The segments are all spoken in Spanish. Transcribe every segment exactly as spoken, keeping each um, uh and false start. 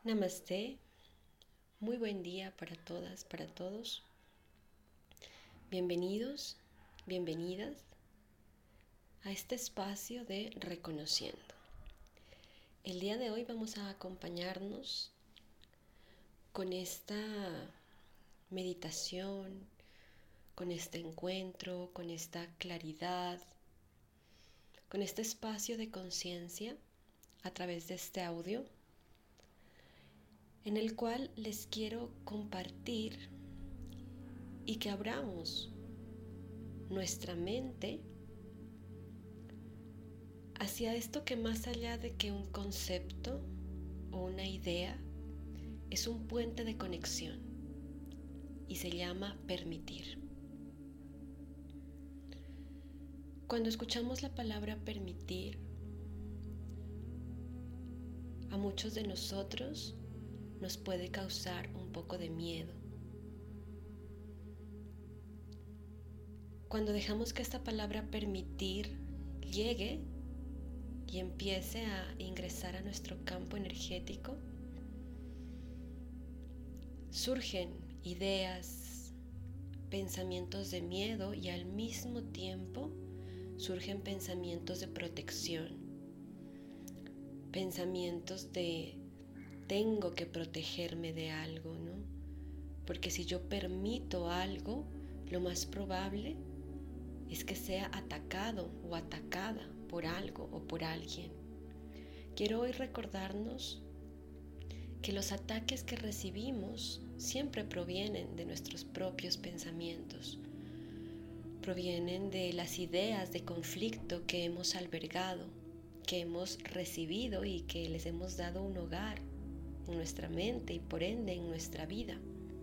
Namaste, muy buen día para todas, para todos. Bienvenidos, bienvenidas a este espacio de Reconociendo. El día de hoy vamos a acompañarnos con esta meditación, con este encuentro, con esta claridad, con este espacio de conciencia a través de este audio, en el cual les quiero compartir y que abramos nuestra mente hacia esto que más allá de que un concepto o una idea, es un puente de conexión y se llama permitir. Cuando escuchamos la palabra permitir, a muchos de nosotros nos puede causar un poco de miedo. Cuando dejamos que esta palabra permitir llegue y empiece a ingresar a nuestro campo energético, surgen ideas, pensamientos de miedo y al mismo tiempo surgen pensamientos de protección, pensamientos de tengo que protegerme de algo, ¿no? Porque si yo permito algo, lo más probable es que sea atacado o atacada por algo o por alguien. Quiero hoy recordarnos que los ataques que recibimos siempre provienen de nuestros propios pensamientos, provienen de las ideas de conflicto que hemos albergado, que hemos recibido y que les hemos dado un hogar en nuestra mente y por ende en nuestra vida.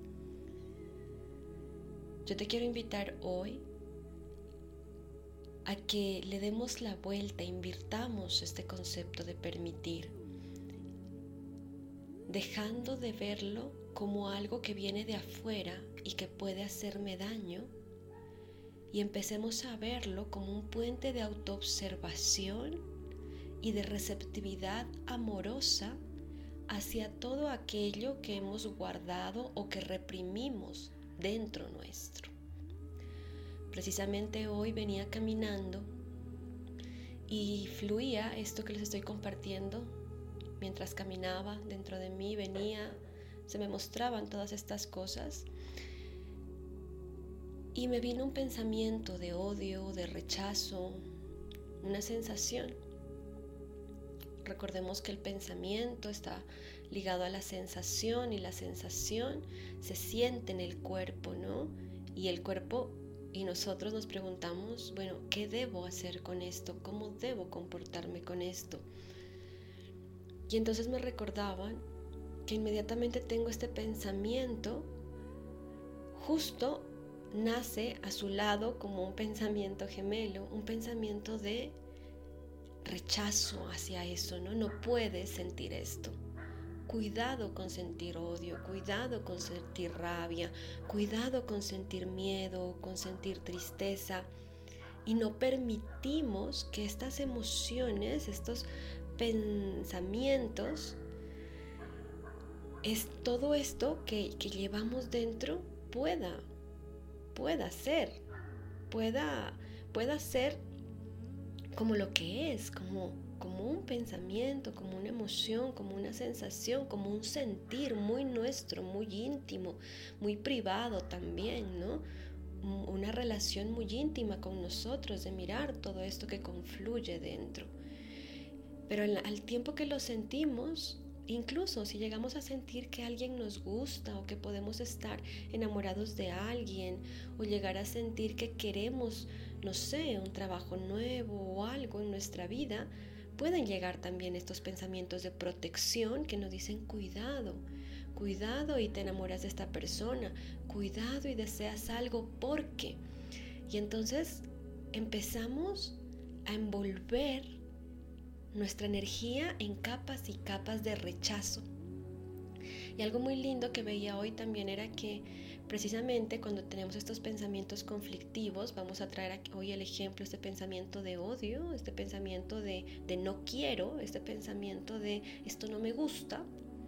Yo te quiero invitar hoy a que le demos la vuelta, invirtamos este concepto de permitir, dejando de verlo como algo que viene de afuera y que puede hacerme daño, y empecemos a verlo como un puente de autoobservación y de receptividad amorosa hacia todo aquello que hemos guardado o que reprimimos dentro nuestro. Precisamente hoy venía caminando y fluía esto que les estoy compartiendo. Mientras caminaba dentro de mí, venía, se me mostraban todas estas cosas y me vino un pensamiento de odio, de rechazo, una sensación. Recordemos que el pensamiento está ligado a la sensación y la sensación se siente en el cuerpo, ¿no? Y el cuerpo y nosotros nos preguntamos, bueno, ¿qué debo hacer con esto? ¿Cómo debo comportarme con esto? Y entonces me recordaban que inmediatamente tengo este pensamiento, justo nace a su lado como un pensamiento gemelo, un pensamiento de rechazo hacia eso, ¿no? No puedes sentir esto. Cuidado con sentir odio, cuidado con sentir rabia, cuidado con sentir miedo, con sentir tristeza. Y no permitimos que estas emociones, estos pensamientos, es todo esto que, que llevamos dentro pueda, pueda ser, pueda, pueda ser como lo que es, como, como un pensamiento, como una emoción, como una sensación, como un sentir muy nuestro, muy íntimo, muy privado también, ¿no? Una relación muy íntima con nosotros, de mirar todo esto que confluye dentro. Pero al tiempo que lo sentimos, incluso si llegamos a sentir que alguien nos gusta o que podemos estar enamorados de alguien o llegar a sentir que queremos, no sé, un trabajo nuevo o algo en nuestra vida, pueden llegar también estos pensamientos de protección que nos dicen cuidado, cuidado y te enamoras de esta persona, cuidado y deseas algo porque. Y entonces empezamos a envolver nuestra energía en capas y capas de rechazo. Y algo muy lindo que veía hoy también era que precisamente cuando tenemos estos pensamientos conflictivos, vamos a traer hoy el ejemplo, este pensamiento de odio, este pensamiento de, de no quiero, este pensamiento de esto no me gusta,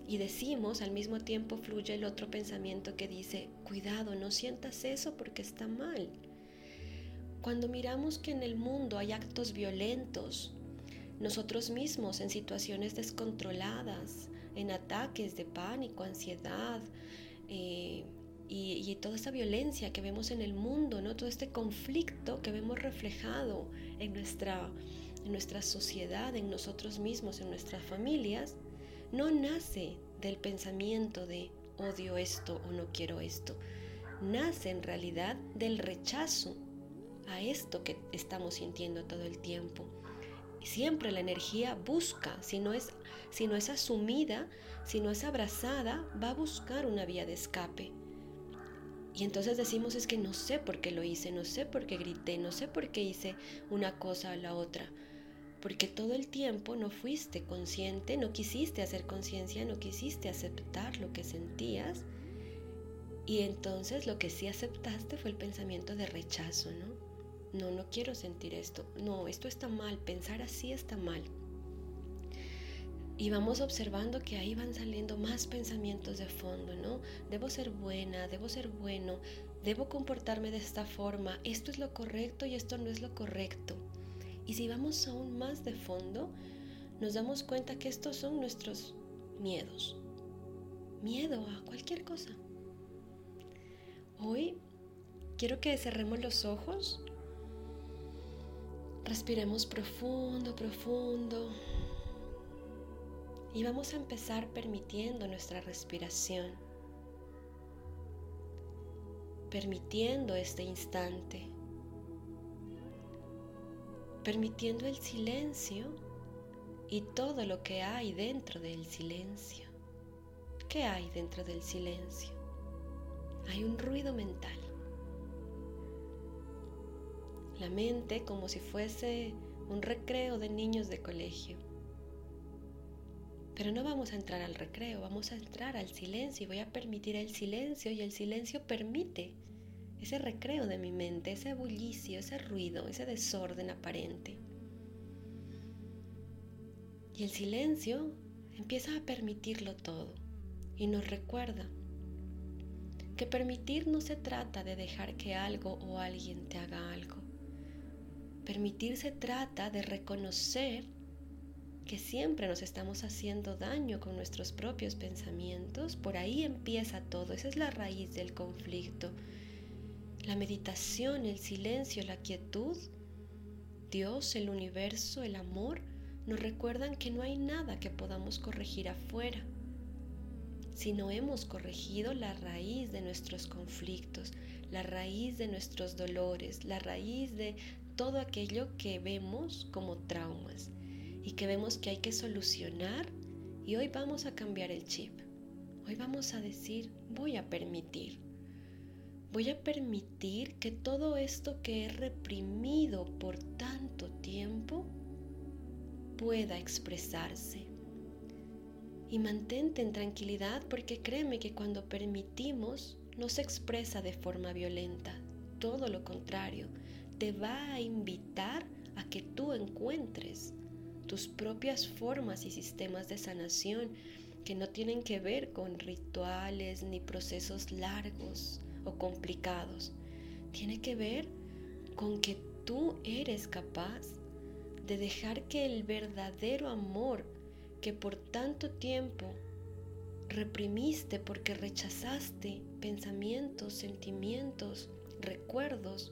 Y decimos, al mismo tiempo fluye el otro pensamiento que dice, cuidado, no sientas eso porque está mal. Cuando miramos que en el mundo hay actos violentos, nosotros mismos en situaciones descontroladas, en ataques de pánico, ansiedad, eh, y, y toda esa violencia que vemos en el mundo, ¿no? Todo este conflicto que vemos reflejado en nuestra, en nuestra sociedad, en nosotros mismos, en nuestras familias, no nace del pensamiento de odio esto o no quiero esto. Nace en realidad del rechazo a esto que estamos sintiendo todo el tiempo. Siempre la energía busca, si no es, si no es asumida, si no es abrazada, va a buscar una vía de escape. Y entonces decimos, es que no sé por qué lo hice, no sé por qué grité, no sé por qué hice una cosa o la otra. Porque todo el tiempo no fuiste consciente, no quisiste hacer conciencia, no quisiste aceptar lo que sentías. Y entonces lo que sí aceptaste fue el pensamiento de rechazo, ¿no? No, no quiero sentir esto. No, esto está mal. Pensar así está mal. Y vamos observando que ahí van saliendo más pensamientos de fondo, ¿no? Debo ser buena, debo ser bueno, debo comportarme de esta forma. Esto es lo correcto y esto no es lo correcto. Y si vamos aún más de fondo, nos damos cuenta que estos son nuestros miedos. Miedo a cualquier cosa. Hoy quiero que cerremos los ojos. Respiremos profundo, profundo. Y vamos a empezar permitiendo nuestra respiración. Permitiendo este instante. Permitiendo el silencio y todo lo que hay dentro del silencio. ¿Qué hay dentro del silencio? Hay un ruido mental. La mente como si fuese un recreo de niños de colegio. Pero no vamos a entrar al recreo, vamos a entrar al silencio y voy a permitir el silencio, y el silencio permite ese recreo de mi mente, ese bullicio, ese ruido, ese desorden aparente. Y el silencio empieza a permitirlo todo y nos recuerda que permitir no se trata de dejar que algo o alguien te haga algo. Permitir se trata de reconocer que siempre nos estamos haciendo daño con nuestros propios pensamientos. Por ahí empieza todo, esa es la raíz del conflicto. La meditación, el silencio, la quietud, Dios, el universo, el amor, nos recuerdan que no hay nada que podamos corregir afuera, sino hemos corregido la raíz de nuestros conflictos, la raíz de nuestros dolores, la raíz de todo aquello que vemos como traumas y que vemos que hay que solucionar. Y hoy vamos a cambiar el chip. Hoy vamos a decir, voy a permitir. Voy a permitir que todo esto que he reprimido por tanto tiempo pueda expresarse. Y mantente en tranquilidad, porque créeme que cuando permitimos no se expresa de forma violenta. Todo lo contrario, te va a invitar a que tú encuentres tus propias formas y sistemas de sanación que no tienen que ver con rituales ni procesos largos o complicados. Tiene que ver con que tú eres capaz de dejar que el verdadero amor que por tanto tiempo reprimiste porque rechazaste pensamientos, sentimientos, recuerdos,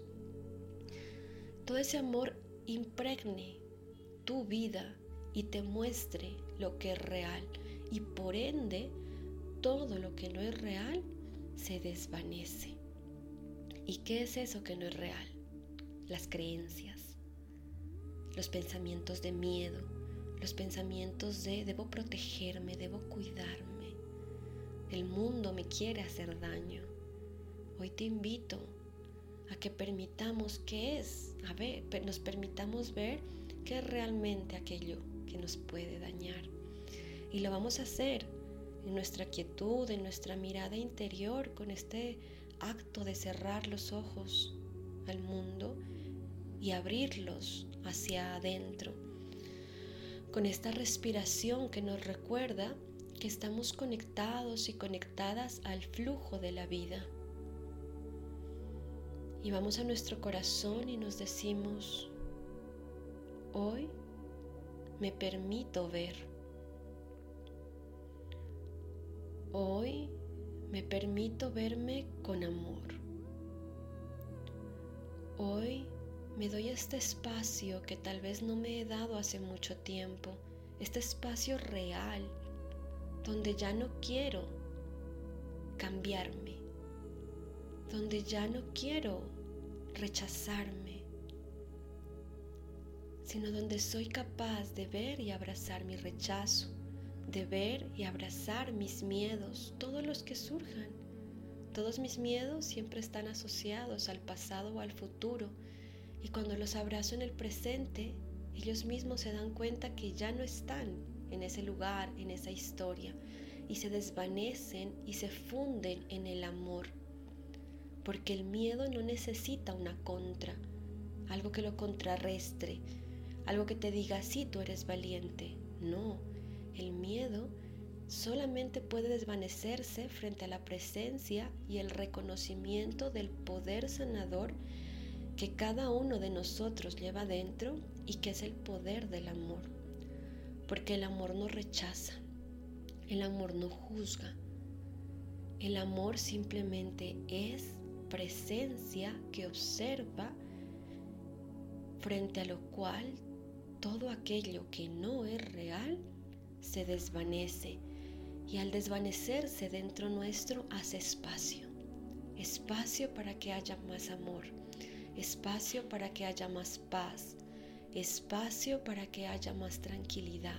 todo ese amor impregne tu vida y te muestre lo que es real, y por ende todo lo que no es real se desvanece. ¿Y qué es eso que no es real? Las creencias, los pensamientos de miedo, los pensamientos de debo protegerme, debo cuidarme, el mundo me quiere hacer daño. Hoy te invito a que permitamos qué es, a ver, nos permitamos ver qué es realmente aquello que nos puede dañar. Y lo vamos a hacer en nuestra quietud, en nuestra mirada interior, con este acto de cerrar los ojos al mundo y abrirlos hacia adentro, con esta respiración que nos recuerda que estamos conectados y conectadas al flujo de la vida. Y vamos a nuestro corazón y nos decimos: hoy me permito ver. Hoy me permito verme con amor. Hoy me doy este espacio que tal vez no me he dado hace mucho tiempo, este espacio real, donde ya no quiero cambiarme, donde ya no quiero rechazarme, sino donde soy capaz de ver y abrazar mi rechazo, de ver y abrazar mis miedos, todos los que surjan. Todos mis miedos siempre están asociados al pasado o al futuro, y cuando los abrazo en el presente, ellos mismos se dan cuenta que ya no están en ese lugar, en esa historia, y se desvanecen y se funden en el amor. Porque el miedo no necesita una contra, algo que lo contrarrestre, algo que te diga: sí, tú eres valiente. No, el miedo solamente puede desvanecerse frente a la presencia y el reconocimiento del poder sanador que cada uno de nosotros lleva dentro, y que es el poder del amor. Porque el amor no rechaza, el amor no juzga, el amor simplemente es presencia que observa, frente a lo cual todo aquello que no es real se desvanece, y al desvanecerse dentro nuestro hace espacio, espacio para que haya más amor, espacio para que haya más paz, espacio para que haya más tranquilidad,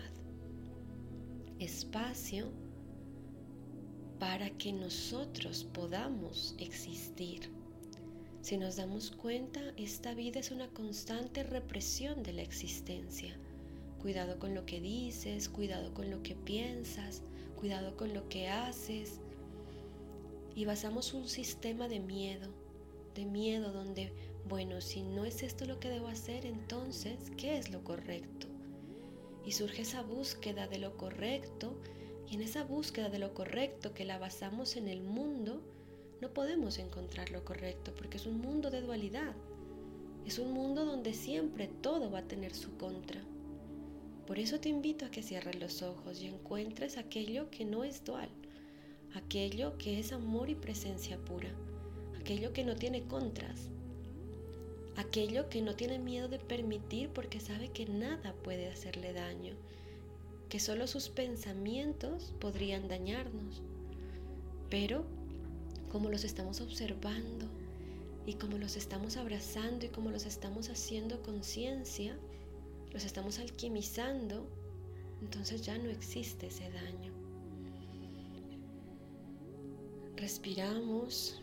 espacio para que nosotros podamos existir. Si nos damos cuenta, esta vida es una constante represión de la existencia. Cuidado con lo que dices, cuidado con lo que piensas, cuidado con lo que haces. Y basamos un sistema de miedo, de miedo donde, bueno, si no es esto lo que debo hacer, entonces, ¿qué es lo correcto? Y surge esa búsqueda de lo correcto, y en esa búsqueda de lo correcto que la basamos en el mundo, no podemos encontrar lo correcto, porque es un mundo de dualidad. Es un mundo donde siempre todo va a tener su contra. Por eso te invito a que cierres los ojos y encuentres aquello que no es dual, aquello que es amor y presencia pura, aquello que no tiene contras, aquello que no tiene miedo de permitir porque sabe que nada puede hacerle daño, que solo sus pensamientos podrían dañarnos. Pero como los estamos observando y como los estamos abrazando y como los estamos haciendo conciencia, los estamos alquimizando, entonces ya no existe ese daño. Respiramos,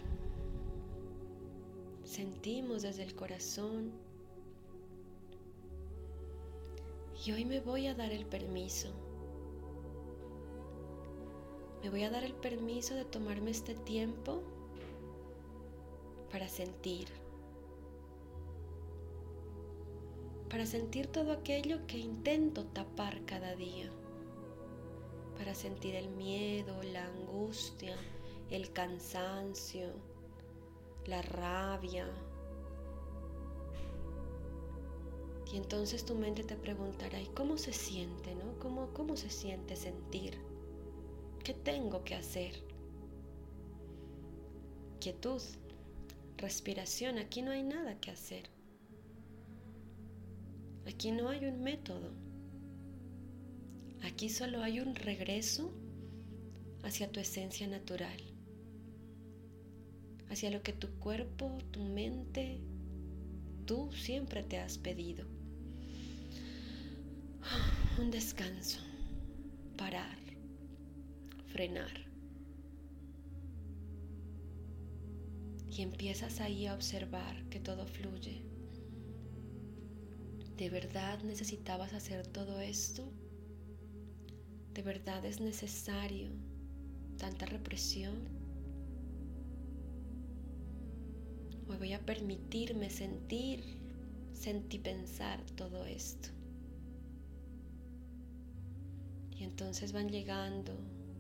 sentimos desde el corazón, y hoy me voy a dar el permiso. Me voy a dar el permiso de tomarme este tiempo para sentir. Para sentir todo aquello que intento tapar cada día. Para sentir el miedo, la angustia, el cansancio, la rabia. Y entonces tu mente te preguntará: ¿y cómo se siente, no? ¿Cómo, cómo se siente sentir? ¿Qué tengo que hacer? Quietud, respiración. Aquí no hay nada que hacer. Aquí no hay un método. Aquí solo hay un regreso hacia tu esencia natural, hacia lo que tu cuerpo, tu mente, tú siempre te has pedido. Un descanso, parar, frenar. Y empiezas ahí a observar que todo fluye. ¿De verdad necesitabas hacer todo esto? ¿De verdad es necesario tanta represión? Hoy voy a permitirme sentir, sentir, pensar todo esto. Y entonces van llegando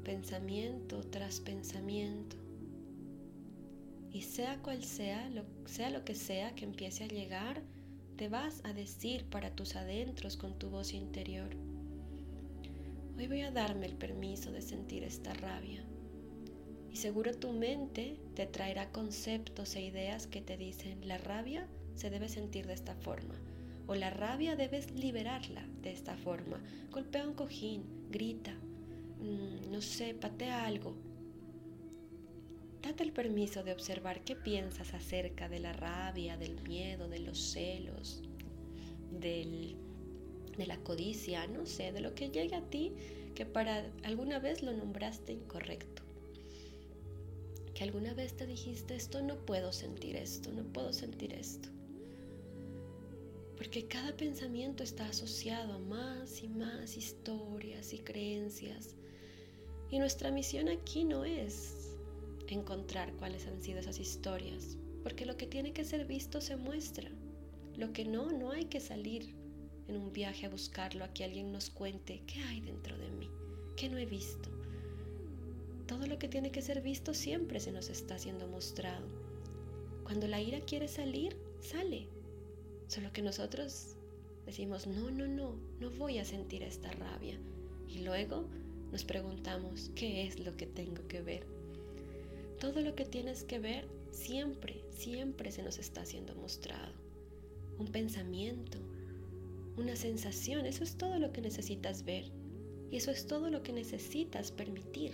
pensamiento tras pensamiento. Y sea cual sea, lo, sea lo que sea que empiece a llegar, te vas a decir para tus adentros con tu voz interior: hoy voy a darme el permiso de sentir esta rabia. Y seguro tu mente te traerá conceptos e ideas que te dicen: la rabia se debe sentir de esta forma, o la rabia debes liberarla de esta forma. Golpea un cojín, grita, mmm, no sé, patea algo. Date el permiso de observar qué piensas acerca de la rabia, del miedo, de los celos, del, de la codicia, no sé, de lo que llegue a ti que para alguna vez lo nombraste incorrecto. Que alguna vez te dijiste: esto no puedo sentir esto, no puedo sentir esto. Porque cada pensamiento está asociado a más y más historias y creencias. Y nuestra misión aquí no es encontrar cuáles han sido esas historias, porque lo que tiene que ser visto se muestra. Lo que no, no hay que salir en un viaje a buscarlo, a que alguien nos cuente qué hay dentro de mí, qué no he visto. Todo lo que tiene que ser visto siempre se nos está siendo mostrado. Cuando la ira quiere salir, sale. Solo que nosotros decimos: no, no, no, no voy a sentir esta rabia. Y luego nos preguntamos: ¿qué es lo que tengo que ver? Todo lo que tienes que ver siempre, siempre se nos está siendo mostrado. Un pensamiento, una sensación, eso es todo lo que necesitas ver. Y eso es todo lo que necesitas permitir.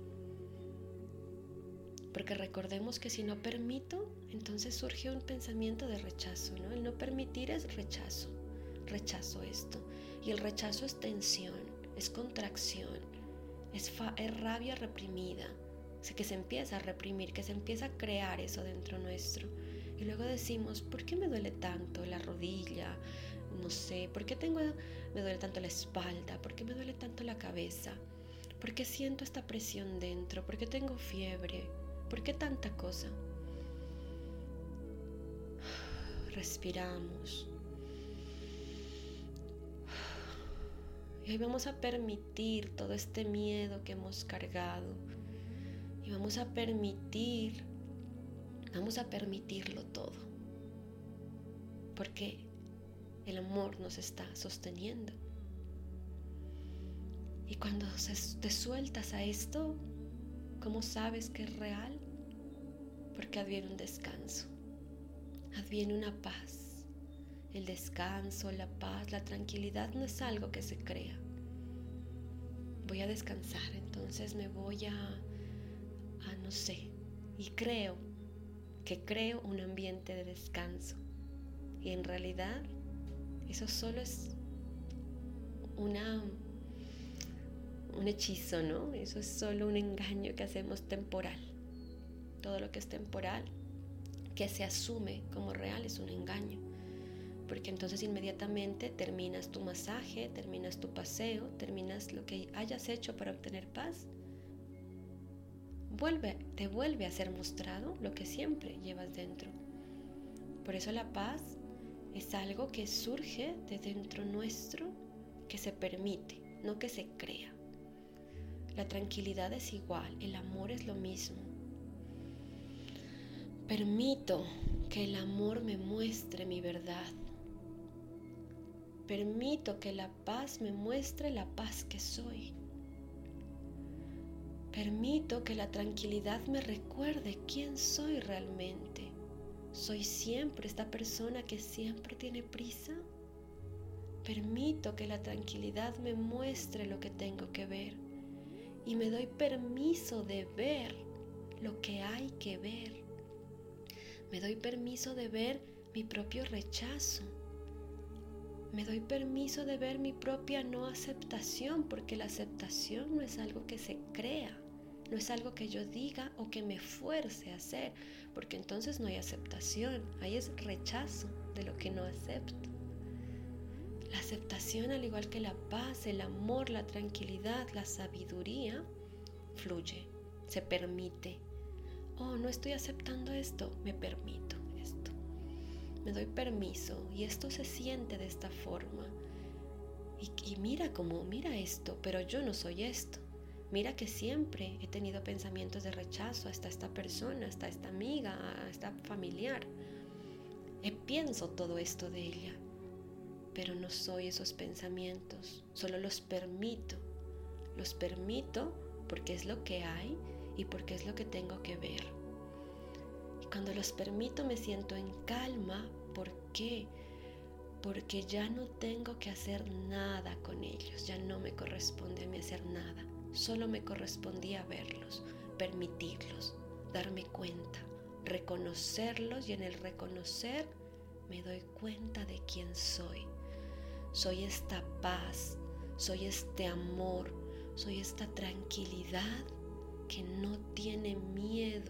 Porque recordemos que si no permito, entonces surge un pensamiento de rechazo, ¿no? El no permitir es rechazo. Rechazo esto. Y el rechazo es tensión, es contracción, es, fa- es rabia reprimida. O sea, que se empieza a reprimir, que se empieza a crear eso dentro nuestro. Y luego decimos: ¿por qué me duele tanto la rodilla? No sé, ¿por qué tengo, me duele tanto la espalda? ¿Por qué me duele tanto la cabeza? ¿Por qué siento esta presión dentro? ¿Por qué tengo fiebre? ¿Por qué tanta cosa? Respiramos. Y hoy vamos a permitir todo este miedo que hemos cargado. Y vamos a permitir, vamos a permitirlo todo. Porque el amor nos está sosteniendo. Y cuando te sueltas a esto, ¿cómo sabes que es real? Porque adviene un descanso, adviene una paz. El descanso, la paz, la tranquilidad no es algo que se crea. Voy a descansar, entonces me voy a, a no sé, y creo que creo un ambiente de descanso. Y en realidad eso solo es una, un hechizo, ¿no? Eso es solo un engaño que hacemos temporal. Todo lo que es temporal, que se asume como real, es un engaño. Porque entonces inmediatamente terminas tu masaje, terminas tu paseo, terminas lo que hayas hecho para obtener paz. Vuelve, te vuelve a ser mostrado lo que siempre llevas dentro. Por eso la paz es algo que surge de dentro nuestro, que se permite, no que se crea. La tranquilidad es igual, el amor es lo mismo. Permito que el amor me muestre mi verdad. Permito que la paz me muestre la paz que soy. Permito que la tranquilidad me recuerde quién soy realmente. ¿Soy siempre esta persona que siempre tiene prisa? Permito que la tranquilidad me muestre lo que tengo que ver. Y me doy permiso de ver lo que hay que ver. Me doy permiso de ver mi propio rechazo. Me doy permiso de ver mi propia no aceptación, porque la aceptación no es algo que se crea, no es algo que yo diga o que me fuerce a hacer, porque entonces no hay aceptación, ahí es rechazo de lo que no acepto. La aceptación, al igual que la paz, el amor, la tranquilidad, la sabiduría, fluye, se permite. Oh, no estoy aceptando esto, me permito esto. Me doy permiso y esto se siente de esta forma. Y, y mira cómo, mira esto, pero yo no soy esto. Mira que siempre he tenido pensamientos de rechazo hasta esta persona, hasta esta amiga, a esta familiar. Eh, pienso todo esto de ella, pero no soy esos pensamientos, solo los permito. Los permito porque es lo que hay y porque es lo que tengo que ver. Y cuando los permito me siento en calma. ¿Por qué? Porque ya no tengo que hacer nada con ellos, ya no me corresponde a mí hacer nada, solo me correspondía verlos, permitirlos, darme cuenta, reconocerlos, y en el reconocer me doy cuenta de quién soy. Soy esta paz, soy este amor, soy esta tranquilidad que no tiene miedo,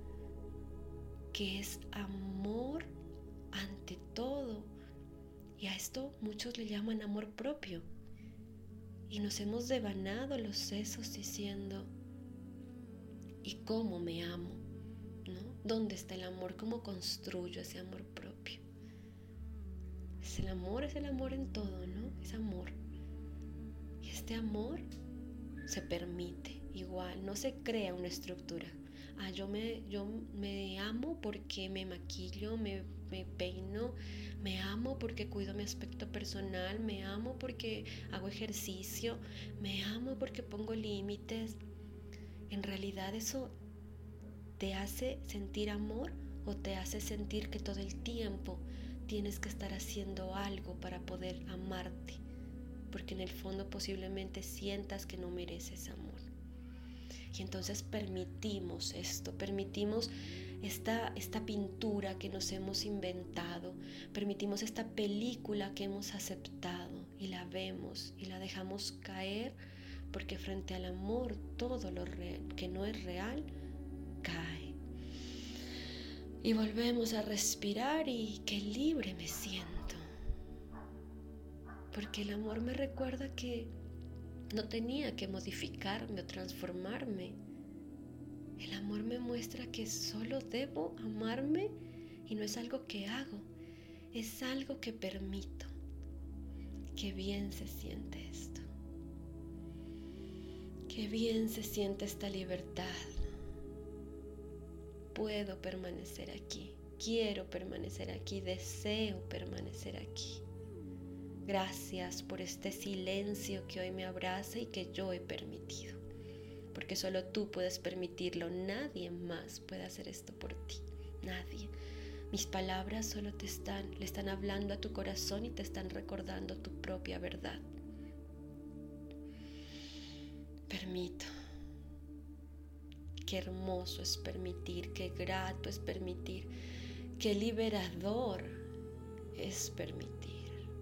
que es amor ante todo. Y a esto muchos le llaman amor propio. Y nos hemos devanado los sesos diciendo, ¿y cómo me amo? ¿No? ¿Dónde está el amor? ¿Cómo construyo ese amor propio? Es el amor, es el amor en todo, ¿no? Es amor. Y este amor se permite, igual, no se crea una estructura. Ah, yo me, yo me amo porque me maquillo, me, me peino, me amo porque cuido mi aspecto personal, me amo porque hago ejercicio, me amo porque pongo límites. En realidad eso te hace sentir amor o te hace sentir que todo el tiempo tienes que estar haciendo algo para poder amarte, porque en el fondo posiblemente sientas que no mereces amor. Y entonces permitimos esto, permitimos esta, esta pintura que nos hemos inventado, permitimos esta película que hemos aceptado y la vemos y la dejamos caer, porque frente al amor todo lo real, que no es real cae. Y volvemos a respirar y qué libre me siento, porque el amor me recuerda que no tenía que modificarme o transformarme. El amor me muestra que solo debo amarme y no es algo que hago, es algo que permito. Qué bien se siente esto. Qué bien se siente esta libertad. Puedo permanecer aquí, quiero permanecer aquí, deseo permanecer aquí. Gracias por este silencio que hoy me abraza y que yo he permitido, porque solo tú puedes permitirlo, nadie más puede hacer esto por ti, nadie. Mis palabras solo te están, le están hablando a tu corazón y te están recordando tu propia verdad. Permito. Qué hermoso es permitir, qué grato es permitir, qué liberador es permitir.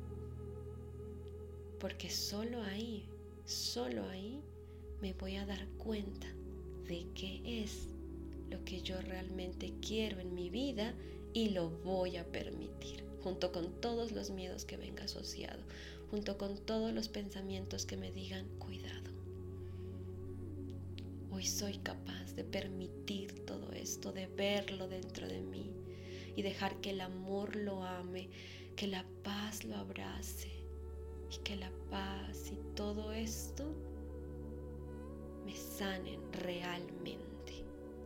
Porque solo ahí, solo ahí me voy a dar cuenta de qué es lo que yo realmente quiero en mi vida y lo voy a permitir, junto con todos los miedos que venga asociado, junto con todos los pensamientos que me digan cuidado. Hoy soy capaz de permitir todo esto, de verlo dentro de mí y dejar que el amor lo ame, que la paz lo abrace. Y que la paz y todo esto me sanen realmente.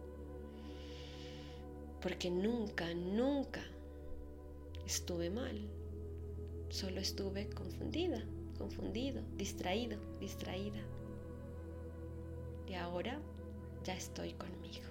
Porque nunca, nunca estuve mal. Solo estuve confundida, confundido, distraído, distraída. Y ahora ya estoy conmigo.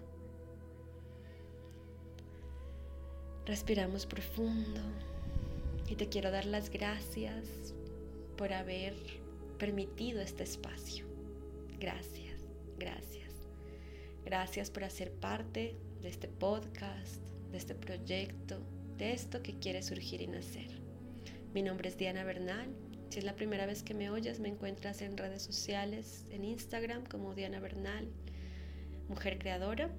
Respiramos profundo y te quiero dar las gracias por haber permitido este espacio. Gracias, gracias. Gracias por hacer parte de este podcast, de este proyecto, de esto que quiere surgir y nacer. Mi nombre es Diana Bernal. Si es la primera vez que me oyes, me encuentras en redes sociales, en Instagram como Diana Bernal, Mujer Creadora.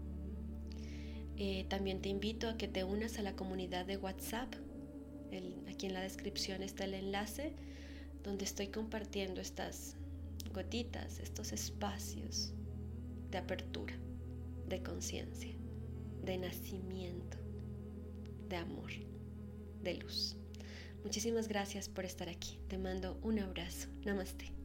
Eh, también te invito a que te unas a la comunidad de WhatsApp. El, aquí en la descripción está el enlace donde estoy compartiendo estas gotitas, estos espacios de apertura, de conciencia, de nacimiento, de amor, de luz. Muchísimas gracias por estar aquí. Te mando un abrazo. Namaste.